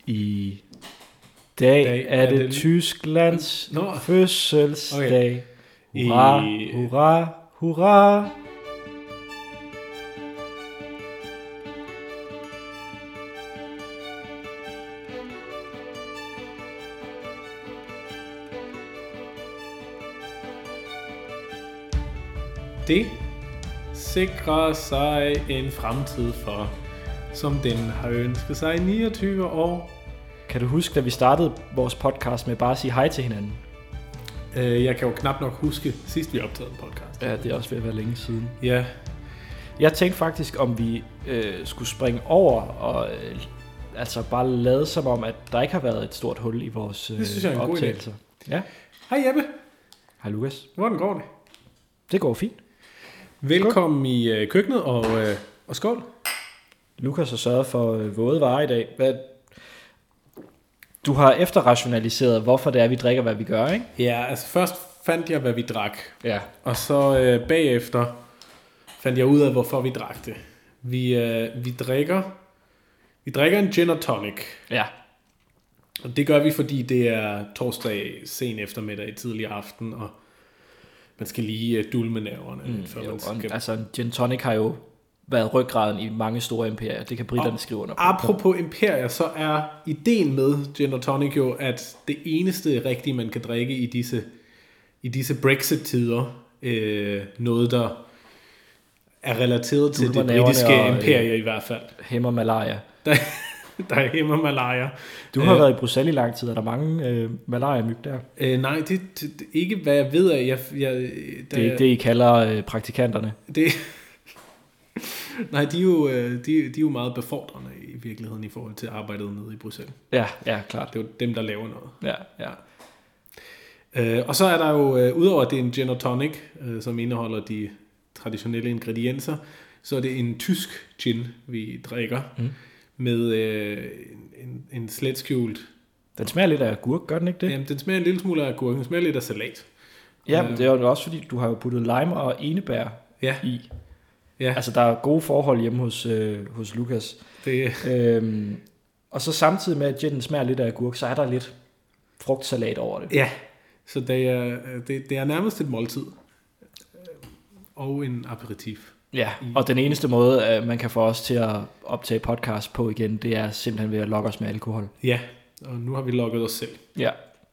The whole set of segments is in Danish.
I dag er det Tysklands fødselsdag. Hurra, hurra, hurra. Det sikrer sig en fremtid for, som den har ønsket sig i 29 år. Kan du huske, da vi startede vores podcast med bare at sige hej til hinanden? Jeg kan jo knap nok huske sidst vi optagede en podcast. Ja, det er også ved at være længe siden. Ja. Jeg tænkte faktisk, om vi skulle springe over og altså bare lade som om, at der ikke har været et stort hul i vores optagelser. Ja. Hej Jeppe. Hej Lukas. Hvordan går det? Det går fint. Velkommen i køkkenet og skål. Lukas har sørget for våde varer i dag. Du har efterrationaliseret, hvorfor det er, vi drikker, hvad vi gør, ikke? Ja, altså først fandt jeg, hvad vi drak. Ja. Og så bagefter fandt jeg ud af, hvorfor vi drak det. Vi drikker en gin og tonic. Ja. Og det gør vi, fordi det er torsdag sen eftermiddag, tidlig aften, og man skal lige dulme nerverne. Altså en gin tonic har jo været ryggraden i mange store imperier. Det kan britterne skrive under på. Apropos imperier, så er ideen med gin og tonic jo, at det eneste rigtige, man kan drikke i disse Brexit-tider, noget, der er relateret til det britiske imperie i hvert fald. Hæmmer malaria. Der er hæmmer malaria. Du har været i Bruxelles i lang tid. Er der mange malaria-myg der? Nej, det er ikke, hvad jeg ved af. Det er ikke det, I kalder praktikanterne? Nej, de er jo meget befordrende i virkeligheden i forhold til arbejdet nede i Bruxelles. Ja, klart. Det er jo dem, der laver noget. Ja. Og så er der jo, udover at det er en gin og tonic, som indeholder de traditionelle ingredienser, så er det en tysk gin, vi drikker, med en slet skjult. Den smager lidt af agurk, gør den ikke det? Jamen, den smager en lille smule af agurk, den smager lidt af salat. Ja, men det er jo også fordi, du har jo puttet lime og enebær i. Ja. Altså, der er gode forhold hjemme hos Lukas. Og så samtidig med, at ginen smager lidt af agurk, så er der lidt frugtsalat over det. Ja, så det er nærmest et måltid. Og en aperitif. Ja, og den eneste måde, man kan få os til at optage podcast på igen, det er simpelthen ved at lokke os med alkohol. Ja, og nu har vi lukket os selv. Ja.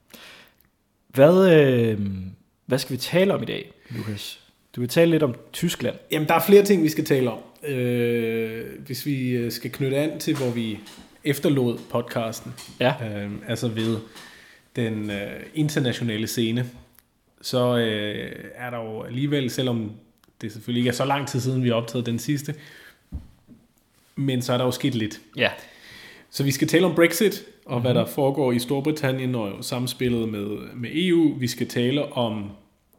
Hvad skal vi tale om i dag, Lukas? Du vil tale lidt om Tyskland. Jamen, der er flere ting, vi skal tale om. Hvis vi skal knytte an til, hvor vi efterlod podcasten, altså ved den internationale scene, så er der jo alligevel, selvom det selvfølgelig ikke er så lang tid siden, vi har optaget den sidste, men så er der jo sket lidt. Ja. Så vi skal tale om Brexit, og hvad der foregår i Storbritannien, og samspillet med EU. Vi skal tale om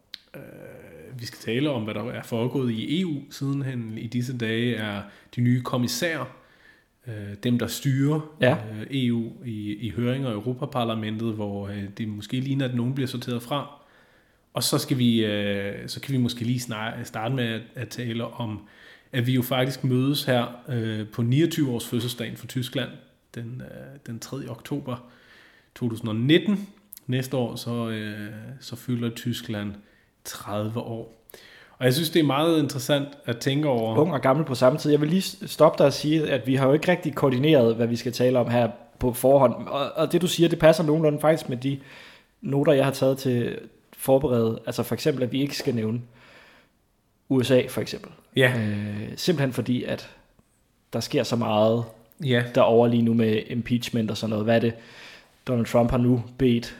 hvad der er foregået i EU sidenhen i disse dage, er de nye kommissærer, dem der styrer EU i høringer i Europaparlamentet, hvor det måske ligner, at nogen bliver sorteret fra. Og så kan vi måske lige starte med at tale om, at vi jo faktisk mødes her på 29 års fødselsdagen for Tyskland, den 3. oktober 2019. Næste år så fylder Tyskland 30 år. Og jeg synes, det er meget interessant at tænke over. Ung og gammel på samme tid. Jeg vil lige stoppe dig og sige, at vi har jo ikke rigtig koordineret, hvad vi skal tale om her på forhånd. Og det du siger, det passer nogenlunde faktisk med de noter, jeg har taget til forberede. Altså for eksempel, at vi ikke skal nævne USA for eksempel. Ja. Simpelthen fordi, at der sker så meget derovre lige nu med impeachment og sådan noget. Hvad er det? Donald Trump har nu bedt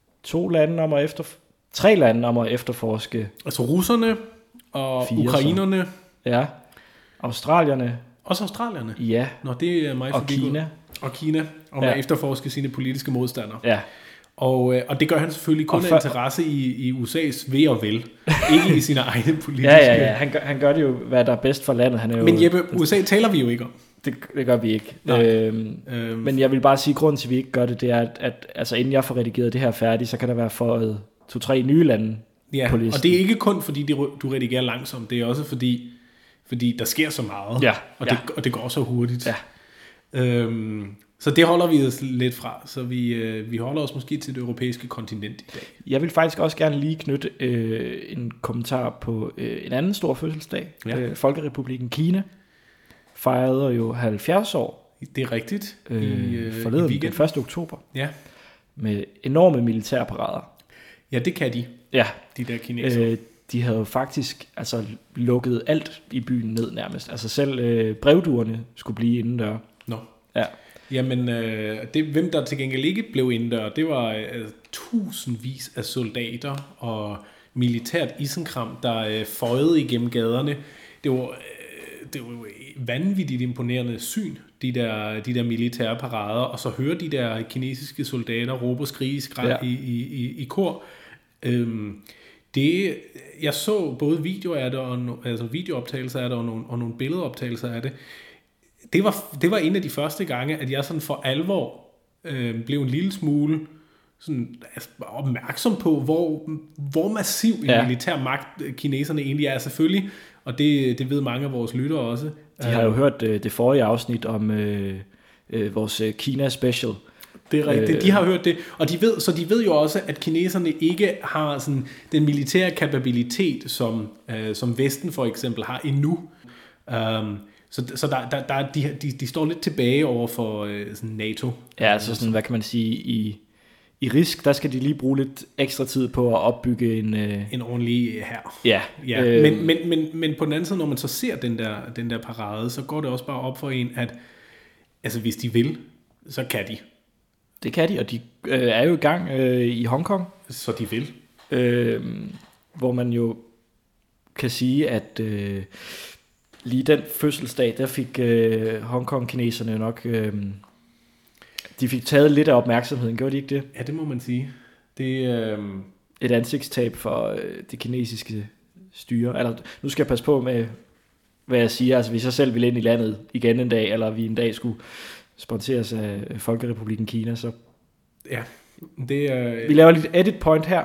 3 lande om at efterforske. Altså russerne og 4, ukrainerne. Ja. Australierne. Også australierne? Ja. Nå, det er mig og Kina. Og Kina. Om at efterforske sine politiske modstandere. Ja. Og det gør han selvfølgelig kun af interesse i USA's ved og vel. Ikke i sine egne politiske... Ja. Han gør det jo, hvad der er bedst for landet. Han er men Jeppe, USA taler vi jo ikke om. Det gør vi ikke. Men jeg vil bare sige, at grunden til, at vi ikke gør det, det er, at altså, inden jeg får redigeret det her færdigt, så kan der være for 2-3 nye lande på listen. Og det er ikke kun fordi, du redigerer langsomt. Det er også fordi der sker så meget. Ja. Og det går så hurtigt. Ja. Så det holder vi os lidt fra, så vi holder os måske til det europæiske kontinent i dag. Jeg vil faktisk også gerne lige knytte en kommentar på en anden stor fødselsdag. Ja. Folkerepublikken Kina fejrede jo 70 år. Det er rigtigt. Forleden den 1. oktober. Ja. Med enorme militærparader. Ja, det kan de. Ja. De der kinesere. De havde jo faktisk lukket alt i byen ned nærmest. Altså selv brevduerne skulle blive indendør. Nå. Ja. Jamen, hvem der til gengæld ikke blev indendør, det var tusindvis af soldater og militært isenkram, der føjede igennem gaderne. Det var vanvittigt imponerende syn, de der militære parader, og så høre de der kinesiske soldater råbe og skrige i kor. Jeg så både videoer af det, altså videooptagelser af det, og nogle billedoptagelser af det. Det var en af de første gange, at jeg sådan for alvor blev en lille smule sådan opmærksom på, hvor massiv en militær magt kineserne egentlig er, selvfølgelig. Og det ved mange af vores lyttere også. De har jo hørt det forrige afsnit om vores Kina special. Det er rigtigt, de har hørt det, og de ved jo også, at kineserne ikke har sådan den militære kapabilitet, som Vesten for eksempel har endnu. Så de står lidt tilbage over for sådan NATO. Ja, altså sådan, hvad kan man sige, i Risk, der skal de lige bruge lidt ekstra tid på at opbygge en ordentlig hær. Ja. Men på den anden side, når man så ser den der parade, så går det også bare op for en, at altså, hvis de vil, så kan de. Det kan de, og de er jo i gang i Hongkong. Så de vil. Hvor man jo kan sige, at lige den fødselsdag, der fik Hongkong-kineserne nok... de fik taget lidt af opmærksomheden, gjorde de ikke det? Ja, det må man sige. Et ansigtstab for det kinesiske styre. Eller, nu skal jeg passe på med, hvad jeg siger. Altså, hvis jeg selv ville ind i landet igen en dag, eller vi en dag skulle sponseres af Folkerepublikken Kina, så... Ja, vi laver lidt edit point her,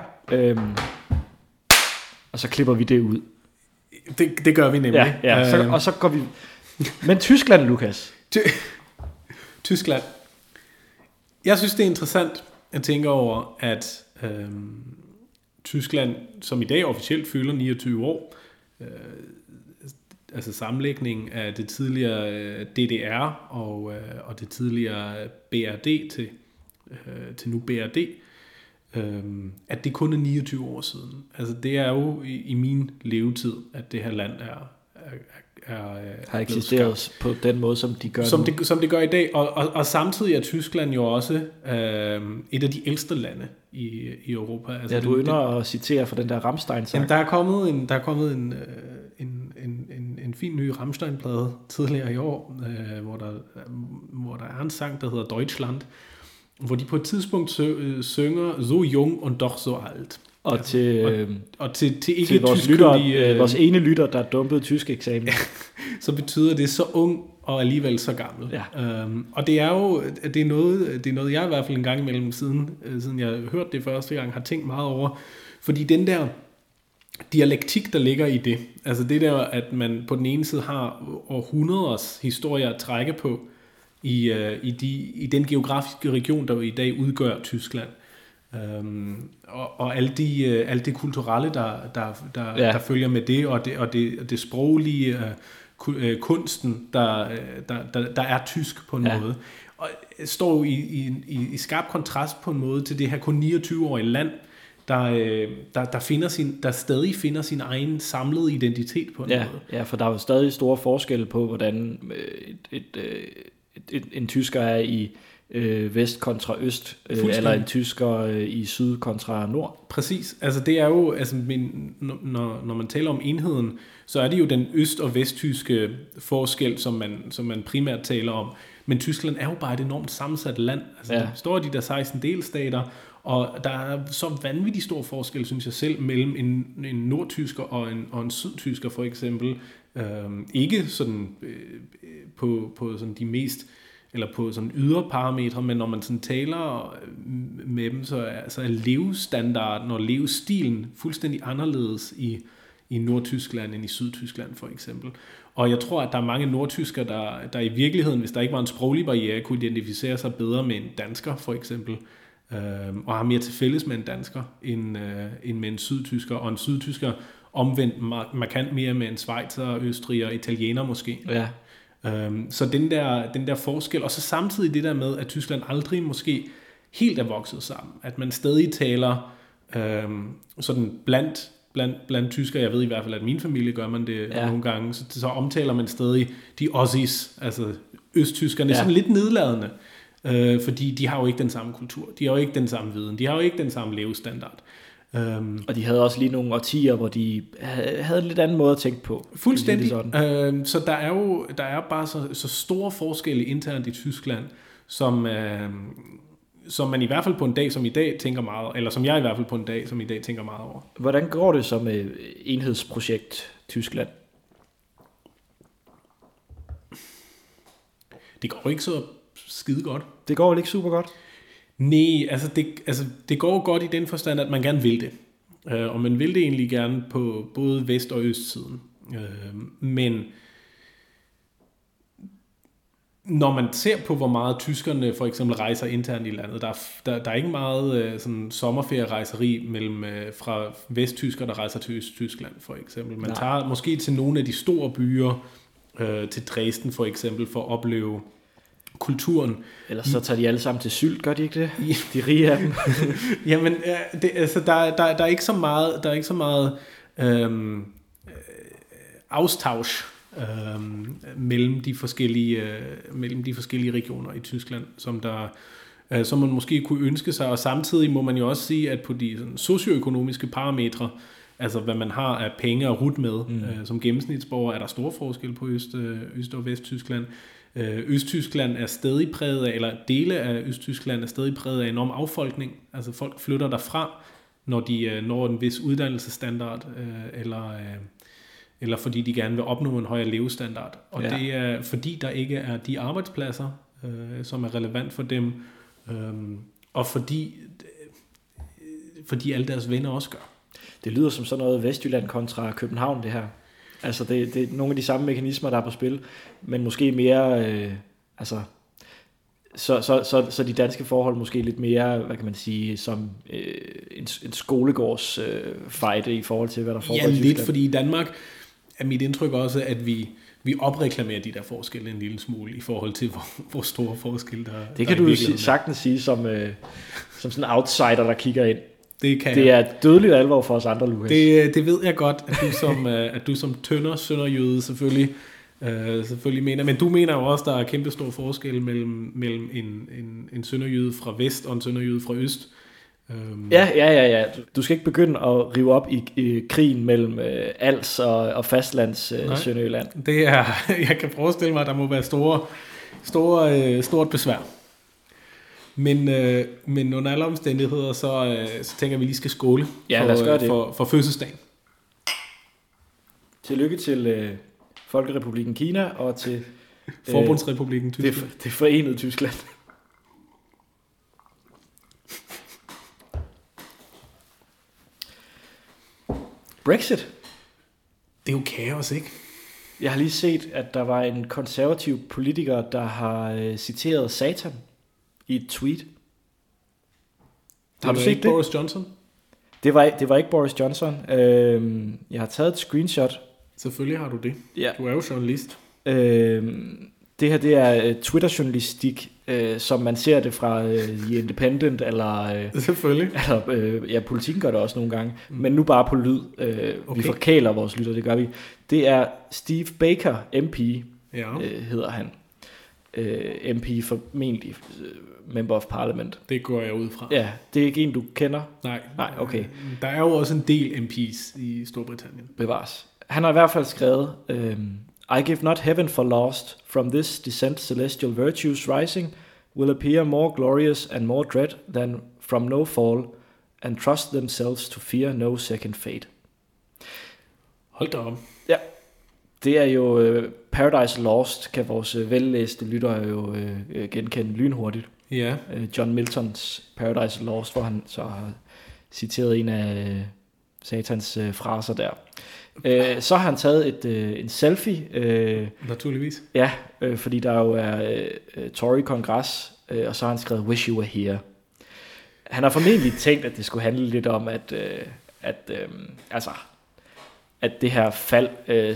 og så klipper vi det ud. Det gør vi nemlig. Ja. Og så går vi... Men Tyskland, Lukas? Tyskland. Jeg synes, det er interessant at tænke over, at Tyskland, som i dag officielt fylder 29 år, altså sammenlægningen af det tidligere DDR og det tidligere BRD til nu BRD, at det kun er 29 år siden. Altså det er jo i min levetid, at det her land har eksisteret på den måde, som de gør som det gør i dag. Og samtidig er Tyskland jo også et af de ældste lande i Europa. Altså du ynder at citere fra den der Rammstein-sang. Der er kommet en fin ny Rammstein-plade tidligere i år, hvor der er en sang, der hedder Deutschland, hvor de på et tidspunkt synger So jung und doch so alt. Og til ikke vores ene lytter, der dumpede tysk eksamen. Så betyder det så ung og alligevel så gammel. Ja. Og det er jo det er noget jeg i hvert fald en gang imellem siden jeg hørte det første gang har tænkt meget over, fordi den der dialektik der ligger i det, altså det der at man på den ene side har århundreders historie at trække på i den geografiske region der i dag udgør Tyskland. Og alt det kulturelle der følger med det og det sproglige kunsten der er tysk på en måde, og står i skarp kontrast på en måde til det her kun 29-årige land der stadig finder sin egen samlede identitet på en måde. Ja, for der er jo stadig store forskelle på hvordan en tysker er i vest kontra øst, eller en tysker i syd kontra nord. Præcis, altså det er jo, altså, når man taler om enheden, så er det jo den øst- og vesttyske forskel, som man primært taler om. Men Tyskland er jo bare et enormt sammensat land. Altså, der står de der 16 delstater, og der er så vanvittig stor forskel, synes jeg selv, mellem en nordtysker og en sydtysker for eksempel. Ikke sådan på sådan de mest eller på sådan ydre parametre, men når man sådan taler med dem, så er levestandarden og levestilen fuldstændig anderledes i Nordtyskland end i Sydtyskland for eksempel. Og jeg tror, at der er mange nordtyskere, der i virkeligheden, hvis der ikke var en sproglig barriere, kunne identificere sig bedre med en dansker for eksempel, og har mere til fælles med en dansker end med en sydtysker, og en sydtysker omvendt markant mere med en schweizer, østriger og italiener måske. Ja. Så den der forskel, og så samtidig det der med, at Tyskland aldrig måske helt er vokset sammen, at man stadig taler sådan blandt tyskere, jeg ved i hvert fald, at min familie gør man det nogle gange, så omtaler man stadig de Ossis, altså østtyskerne, sådan lidt nedladende, fordi de har jo ikke den samme kultur, de har jo ikke den samme viden, de har jo ikke den samme levestandard. Og de havde også lige nogle årtier, hvor de havde en lidt anden måde at tænke på. Fuldstændig. Så der er bare så store forskelle internt i Tyskland, som man i hvert fald på en dag som i dag tænker meget, eller som jeg i hvert fald på en dag som i dag tænker meget over. Hvordan går det så med enhedsprojekt Tyskland? Det går ikke så skide godt. Det går vel ikke super godt? Nej, det går godt i den forstand, at man gerne vil det. Og man vil det egentlig gerne på både vest- og østsiden. Men når man ser på, hvor meget tyskerne for eksempel rejser internt i landet, der er ikke meget sådan sommerferierejseri fra vesttyskere, der rejser til Østtyskland for eksempel. Man tager måske til nogle af de store byer, til Dresden for eksempel, for at opleve kulturen. Ellers så tager de alle sammen til Sylt, gør de ikke det? De rige af dem. Jamen, der er ikke så meget, austausch mellem de forskellige regioner i Tyskland, som man måske kunne ønske sig, og samtidig må man jo også sige, at på de sådan, socioøkonomiske parametre, altså hvad man har af penge at rute med, som gennemsnitsborger, er der stor forskel på Øst- og Vesttyskland. Østtyskland er stadig præget af, eller dele af Østtyskland er stadig præget af enorm affolkning. Altså folk flytter derfra, når de når en vis uddannelsesstandard, eller fordi de gerne vil opnå en højere levestandard. Og det er fordi der ikke er de arbejdspladser, som er relevant for dem, og fordi alle deres venner også gør. Det lyder som sådan noget Vestjylland kontra København, det her. Altså det er nogle af de samme mekanismer, der er på spil, men måske mere, så de danske forhold måske lidt mere, hvad kan man sige, som en skolegårds fejde i forhold til, hvad der foregår i Tyskland. Ja, lidt, fordi i Danmark er mit indtryk også, at vi opreklamerer de der forskelle en lille smule i forhold til, hvor store forskelle der er. Det kan du sagtens sige som sådan en outsider, der kigger ind. Det er dødelig alvor for os andre, Lukas. Det ved jeg godt, at du som tønder sønderjyde selvfølgelig mener. Men du mener jo også, at der er kæmpe stor forskel mellem en sønderjyde fra vest og en sønderjyde fra øst. Ja. Du skal ikke begynde at rive op i krigen mellem Als og fastlands Sønderjylland. Jeg kan forestille mig, at der må være stort besvær. Men under alle omstændigheder, så tænker jeg, at vi lige skal skåle for fødselsdagen. Tillykke til Folkerepublikken Kina og til Forbundsrepublikken Tyskland. Det forenede Tyskland. Brexit. Det er jo kaos, ikke? Jeg har lige set, at der var en konservativ politiker, der har citeret Satan i et tweet. Har du set det? Boris Johnson? Det var ikke Boris Johnson. Jeg har taget et screenshot. Selvfølgelig har du det. Ja. Du er jo journalist. Det her, det er Twitter-journalistik, som man ser det fra The Independent, eller... Selvfølgelig. Eller, Politikken gør det også nogle gange. Men nu bare på lyd. Okay. Vi forkæler vores lytter, det gør vi. Det er Steve Baker, MP, hedder han. MP formentlig Member of Parliament. Det går jeg ud fra. Ja, det er ikke en, du kender? Nej, okay. Der er jo også en del MP's i Storbritannien. Bevares. Han har i hvert fald skrevet... I give not heaven for lost. From this descent celestial virtues rising will appear more glorious and more dread than from no fall, and trust themselves to fear no second fate. Hold da op. Ja, det er jo Paradise Lost, kan vores vellæste lyttere jo genkende lynhurtigt. Ja. John Miltons Paradise Lost, hvor han så har citeret en af satans fraser der. Så har han taget en selfie. Naturligvis. Ja, fordi der jo er Tory-kongres, og så har han skrevet Wish You Were Here. Han har formentlig tænkt, at det skulle handle lidt om, at det her fald,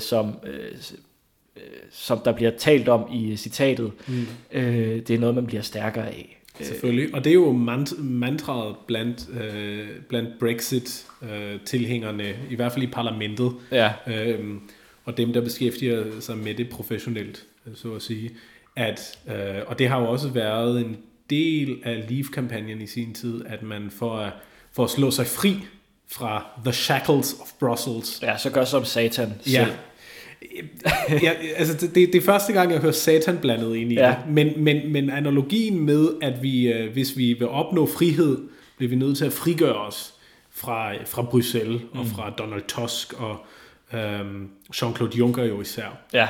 som der bliver talt om i citatet, det er noget, man bliver stærkere af. Selvfølgelig, og det er jo mantraet blandt Brexit-tilhængerne, i hvert fald i parlamentet, og dem, der beskæftiger sig med det professionelt, så at sige, og det har jo også været en del af Leave-kampagnen i sin tid, at man for at slå sig fri fra the shackles of Brussels. Ja, så gør som Satan selv. Ja, altså det er første gang, jeg hører Satan blandet ind i det. Men analogien med, at hvis vi vil opnå frihed, bliver vi nødt til at frigøre os fra Bruxelles og fra Donald Tusk og Jean-Claude Juncker jo især. Ja.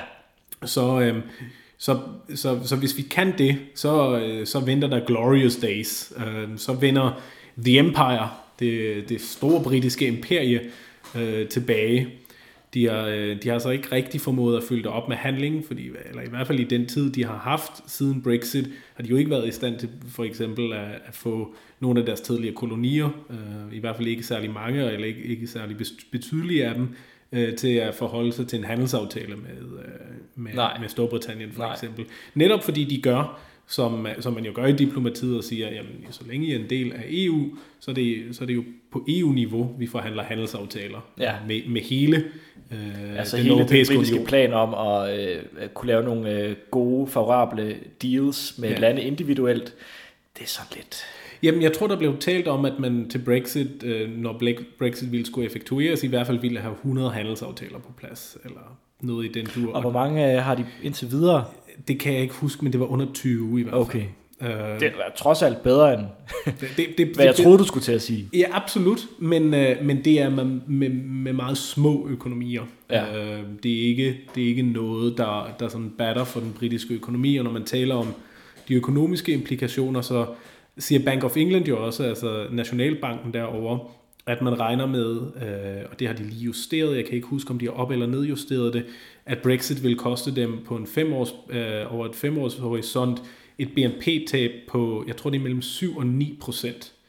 Så hvis vi kan det, så venter der glorious days. Så vender The Empire, det store britiske imperie, tilbage. De har så ikke rigtig formået at følge det op med handling, eller i hvert fald i den tid, de har haft siden Brexit, har de jo ikke været i stand til for eksempel at få nogle af deres tidligere kolonier, i hvert fald ikke særlig mange, eller ikke særlig betydelige af dem, til at forholde sig til en handelsaftale med Storbritannien for eksempel. Netop fordi de gør, som man jo gør i diplomatiet og siger, jamen så længe I er en del af EU, så er det jo på EU-niveau, vi forhandler handelsaftaler med hele altså den hele europæiske britiske plan om at kunne lave nogle gode, favorable deals med lande individuelt. Det er sådan lidt... Jamen, jeg tror, der blev talt om, at man til Brexit, når Brexit ville skulle effektueres, i hvert fald ville have 100 handelsaftaler på plads, eller noget i den dur. Og hvor mange har de indtil videre? Det kan jeg ikke huske, men det var under 20 i hvert fald. Okay. Det er trods alt bedre end hvad jeg troede, du skulle til at sige. Ja, absolut, men det er med meget små økonomier. Ja. Det er ikke noget, der sådan batter for den britiske økonomi, og når man taler om de økonomiske implikationer, så siger Bank of England jo også, altså Nationalbanken derovre, at man regner med, og det har de lige justeret, jeg kan ikke huske, om de har op- eller nedjusteret det, at Brexit vil koste dem på over et 5-års horisont et BNP-tab på, jeg tror det er mellem 7 og 9%.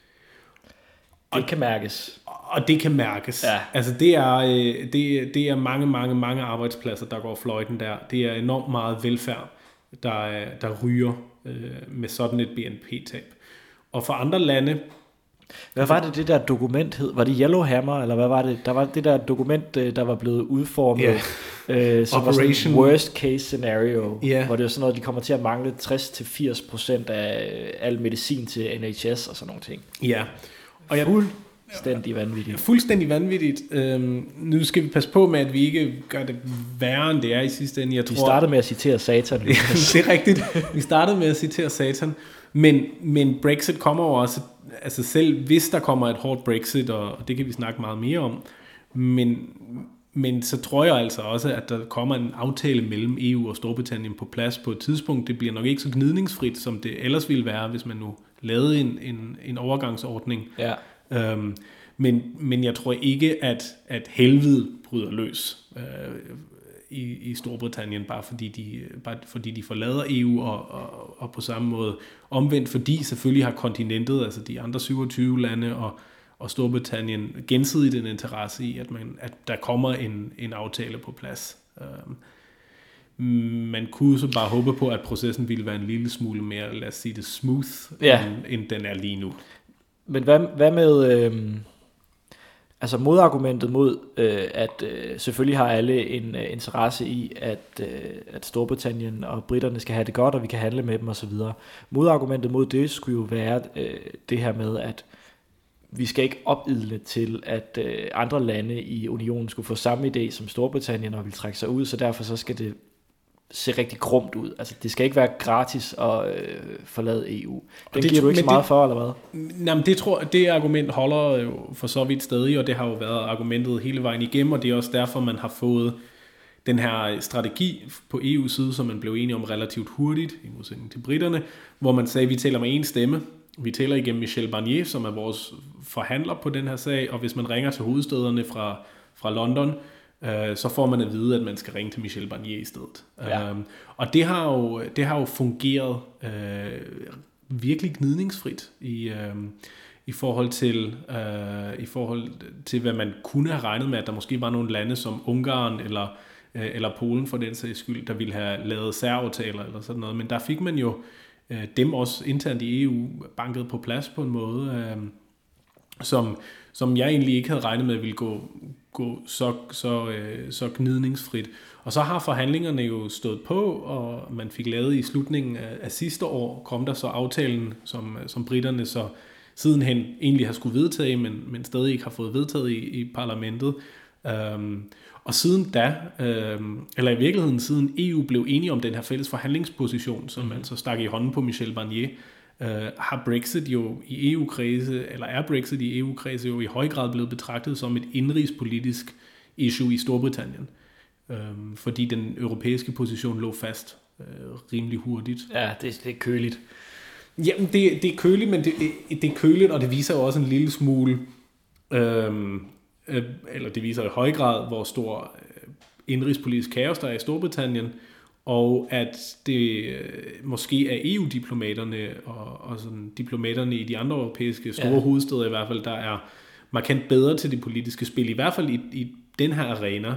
Det kan mærkes. Og det kan mærkes. Ja. Altså det er mange arbejdspladser, der går fløjten der. Det er enormt meget velfærd, der ryger med sådan et BNP-tab. Og for andre lande... Hvad var det der dokument hed? Var det Yellowhammer, eller hvad var det? Der var det der dokument, der var blevet udformet, som var sådan worst case scenario, hvor det var sådan noget, de kommer til at mangle 60-80% af al medicin til NHS og sådan nogle ting. Ja. Og fuldstændig vanvittigt. Fuldstændig vanvittigt. Nu skal vi passe på med, at vi ikke gør det værre, end det er i sidste ende. Vi startede med at citere Satan. Ja, det er rigtigt. Vi startede med at citere Satan. Men Brexit kommer jo også, altså selv hvis der kommer et hårdt Brexit, og det kan vi snakke meget mere om, men så tror jeg altså også, at der kommer en aftale mellem EU og Storbritannien på plads på et tidspunkt. Det bliver nok ikke så gnidningsfrit, som det ellers ville være, hvis man nu lavede en overgangsordning. Ja. Men jeg tror ikke, at helvede bryder løs i Storbritannien, bare fordi de forlader EU, og på samme måde omvendt, fordi selvfølgelig har kontinentet, altså de andre 27 lande og Storbritannien gensidigt en interesse i, at der kommer en aftale på plads. Man kunne så bare håbe på, at processen ville være en lille smule mere, lad os sige det, smooth, end den er lige nu. Men hvad med... Altså modargumentet mod, at selvfølgelig har alle en interesse i, at Storbritannien og britterne skal have det godt, og vi kan handle med dem osv. Modargumentet mod det skulle jo være det her med, at vi skal ikke opildne til, at andre lande i unionen skulle få samme idé som Storbritannien og vil trække sig ud, så derfor så skal det se rigtig grumt ud. Altså, det skal ikke være gratis at forlade EU. Den giver du ikke så meget for, eller hvad? Jamen, det argument holder jo for så vidt stadig, og det har jo været argumentet hele vejen igennem, og det er også derfor, man har fået den her strategi på EU's side, som man blev enige om relativt hurtigt, i modsætning til britterne, hvor man sagde, at vi taler med én stemme. Vi taler igennem Michel Barnier, som er vores forhandler på den her sag, og hvis man ringer til hovedstæderne fra London, så får man at vide, at man skal ringe til Michel Barnier i stedet. Ja. Og det har jo fungeret virkelig gnidningsfrit i forhold til hvad man kunne have regnet med, at der måske var nogle lande som Ungarn eller Polen for den sags skyld, der ville have lavet særaftaler eller sådan noget. Men der fik man jo dem også internt i EU banket på plads på en måde, som jeg egentlig ikke havde regnet med ville gå så gnidningsfrit. Og så har forhandlingerne jo stået på, og man fik lavet i slutningen af sidste år, kom der så aftalen, som briterne så sidenhen egentlig har skulle vedtage, men stadig ikke har fået vedtaget i parlamentet. Og siden da, eller i virkeligheden siden EU blev enige om den her fælles forhandlingsposition, som man så stak i hånden på Michel Barnier, har Brexit jo i EU-kredse, eller er Brexit i EU-kredse jo i høj grad blevet betragtet som et indrigspolitisk issue i Storbritannien. Fordi den europæiske position lå fast rimelig hurtigt. Ja, det er køligt. Jamen, det er køligt, men det er køligt, og det viser jo også en lille smule, eller det viser i høj grad, hvor stor indrigspolitisk kaos der er i Storbritannien, og at det måske er EU-diplomaterne og sådan diplomaterne i de andre europæiske store hovedstæder i hvert fald, der er markant bedre til det politiske spil, i hvert fald i den her arena,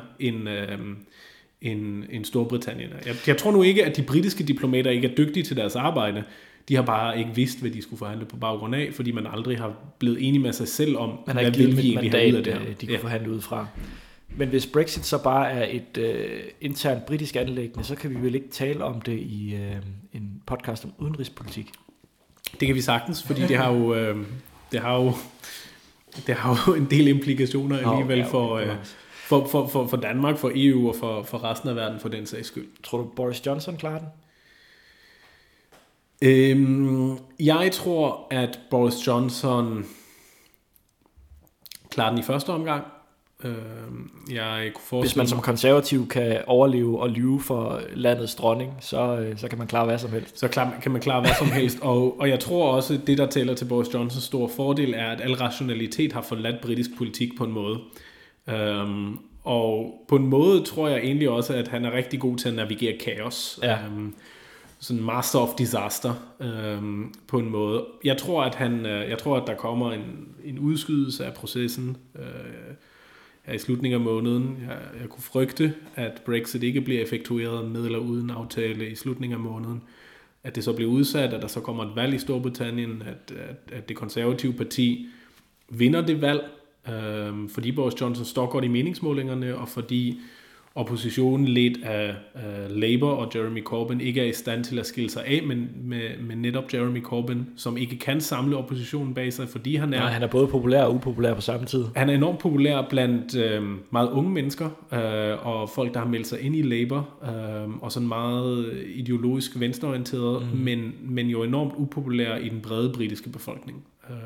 end Storbritannien. Jeg tror nu ikke, at de britiske diplomater ikke er dygtige til deres arbejde. De har bare ikke vidst, hvad de skulle forhandle på baggrund af, fordi man aldrig har blevet enige med sig selv om, hvad vil vi egentlig have ud af det her. De kunne forhandle ud fra. Men hvis Brexit så bare er et internt britisk anliggende, så kan vi vel ikke tale om det i en podcast om udenrigspolitik. Det kan vi sagtens, fordi det har jo en del implikationer alligevel for Danmark, for EU og for resten af verden for den sags skyld. Tror du Boris Johnson klarer den? Jeg tror, at Boris Johnson klarer den i første omgang. Hvis man som konservativ kan overleve og lyve for landets dronning, så kan man klare hvad som helst. Så kan man klare hvad som helst. Og jeg tror også, at det, der tæller til Boris Johnsons store fordel, er, at al rationalitet har forladt britisk politik på en måde. Og på en måde tror jeg egentlig også, at han er rigtig god til at navigere kaos. Ja. Sådan master of disaster på en måde. Jeg tror, at der kommer en udskydelse af processen i slutningen af måneden. Jeg kunne frygte, at Brexit ikke bliver effektueret med eller uden aftale i slutningen af måneden. At det så bliver udsat, at der så kommer et valg i Storbritannien, at det konservative parti vinder det valg, fordi Boris Johnson står godt i meningsmålingerne, og fordi oppositionen ledt af Labour og Jeremy Corbyn ikke er i stand til at skille sig af med netop Jeremy Corbyn, som ikke kan samle oppositionen bag sig, fordi han er både populær og upopulær på samme tid. Han er enormt populær blandt meget unge mennesker og folk, der har meldt sig ind i Labour, og sådan meget ideologisk venstreorienteret, men jo enormt upopulær i den brede britiske befolkning.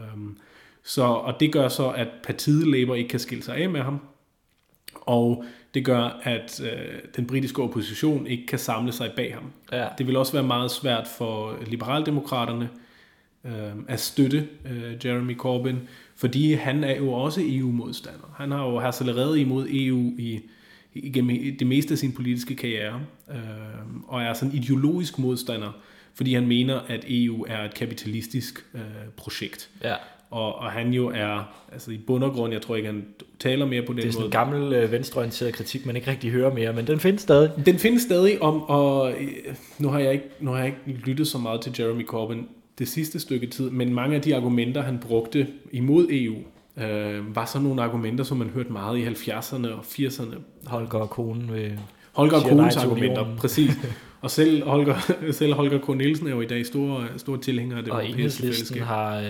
Og det gør så, at partiet Labour ikke kan skille sig af med ham, og det gør, at den britiske opposition ikke kan samle sig bag ham. Ja. Det vil også være meget svært for liberaldemokraterne at støtte Jeremy Corbyn, fordi han er jo også EU-modstander. Han har jo harceleret imod EU igennem det meste af sin politiske karriere, og er sådan ideologisk modstander, fordi han mener, at EU er et kapitalistisk projekt. Ja. Og han jo er, altså i bund og grund, jeg tror ikke, han taler mere på den måde. Det er sådan en gammel venstreorienteret kritik, man ikke rigtig hører mere, men den findes stadig. Den findes stadig, og nu har jeg ikke lyttet så meget til Jeremy Corbyn det sidste stykke tid, men mange af de argumenter, han brugte imod EU, var sådan nogle argumenter, som man hørte meget i 70'erne og 80'erne. Holger og Konens argumenter, præcis. Og selv Holger K. Nielsen er jo i dag stor tilhænger af det europæiske fællesskab. Og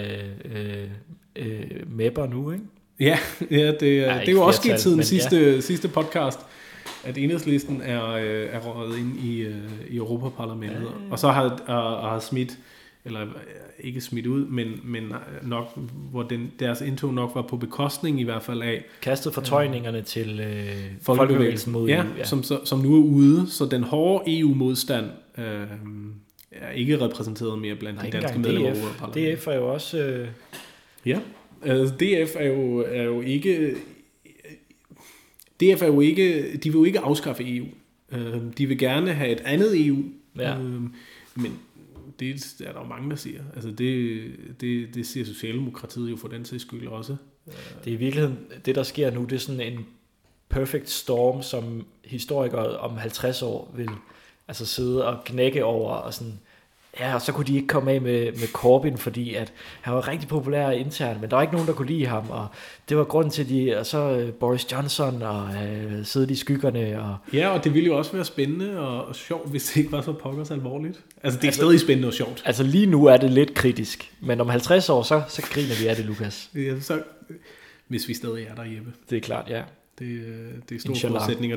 har mapper nu, ikke? Ja, det er jo også sket siden sidste podcast, at Enhedslisten er røget ind i Europaparlamentet. Ja. Og så har smidt, eller ikke smidt ud, men nok, hvor deres indtog nok var på bekostning i hvert fald af. Kastet fortøjningerne til folkebevægelsen mod EU. Ja, som nu er ude, så den hårde EU-modstand er ikke repræsenteret mere blandt de danske medlemmer af Europaparlamentet. DF er jo også... Ja, altså DF er jo ikke... DF er jo ikke... De vil jo ikke afskaffe EU. De vil gerne have et andet EU. Ja. Men det er der jo mange, der siger. Altså det siger Socialdemokratiet jo for den sags skyld også. Det er i virkeligheden, det der sker nu, det er sådan en perfect storm, som historikere om 50 år vil altså sidde og knække over, og sådan, ja, og så kunne de ikke komme af med Corbyn, fordi at han var rigtig populær internt, men der var ikke nogen, der kunne lide ham, og det var grunden til, og så Boris Johnson, og sidde i skyggerne. Og ja, og det ville jo også være spændende og sjovt, hvis det ikke var så pokkers alvorligt. Altså, det er stadig spændende og sjovt. Altså, lige nu er det lidt kritisk, men om 50 år, så griner vi af det, Lukas. Ja, så, hvis vi stadig er der, Jeppe. Det er klart, ja. Det er store forudsætninger,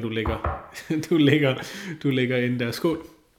du lægger ind der. Skål.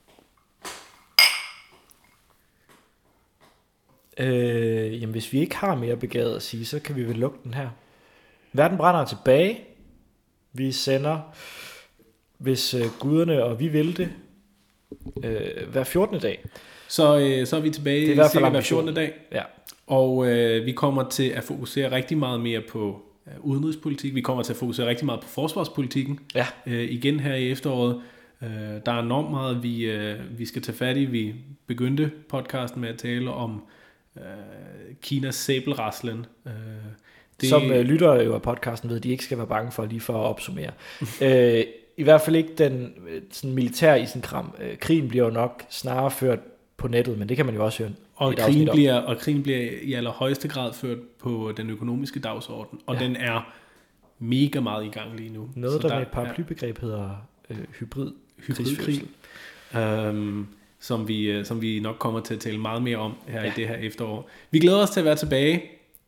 Jamen, hvis vi ikke har mere begavet at sige, så kan vi vel lukke den her. Verden brænder tilbage. Vi sender, hvis guderne og vi vil det, hver 14. dag. Så er vi tilbage det er i hvert fald hver 14. dag. Ja. Og vi kommer til at fokusere rigtig meget mere på udenrigspolitik. Vi kommer til at fokusere rigtig meget på forsvarspolitikken. Ja. Igen her i efteråret. Der er enormt meget, vi skal tage fat i. Vi begyndte podcasten med at tale om Kinas sabelraslen. Som lytter jo af podcasten ved, de ikke skal være bange for, lige for at opsummere. I hvert fald ikke den sådan militær isenkram. Krigen bliver jo nok snarere ført på nettet, men det kan man jo også høre. Og krigen bliver i allerhøjeste grad ført på den økonomiske dagsorden, og den er mega meget i gang lige nu. Noget, der med et paraplybegreb hedder hybridkrig. Som vi nok kommer til at tale meget mere om her i det her efterår. Vi glæder os til at være tilbage,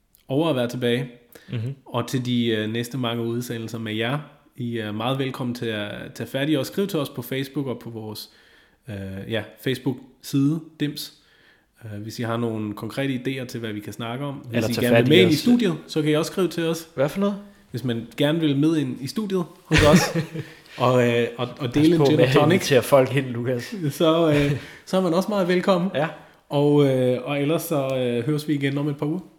og til de næste mange udsendelser med jer. I er meget velkommen til at tage fat i og skrive til os på Facebook og på vores Facebook-side, DIMS. Hvis I har nogle konkrete idéer til, hvad vi kan snakke om. Hvis I gerne vil med ind i studiet, så kan I også skrive til os. Hvad for noget? Hvis man gerne vil med ind i studiet hos os, og dele en gin and tonic, til folk hen, Lukas. Så er man også meget velkommen. Ja. Og ellers så høres vi igen om et par uger.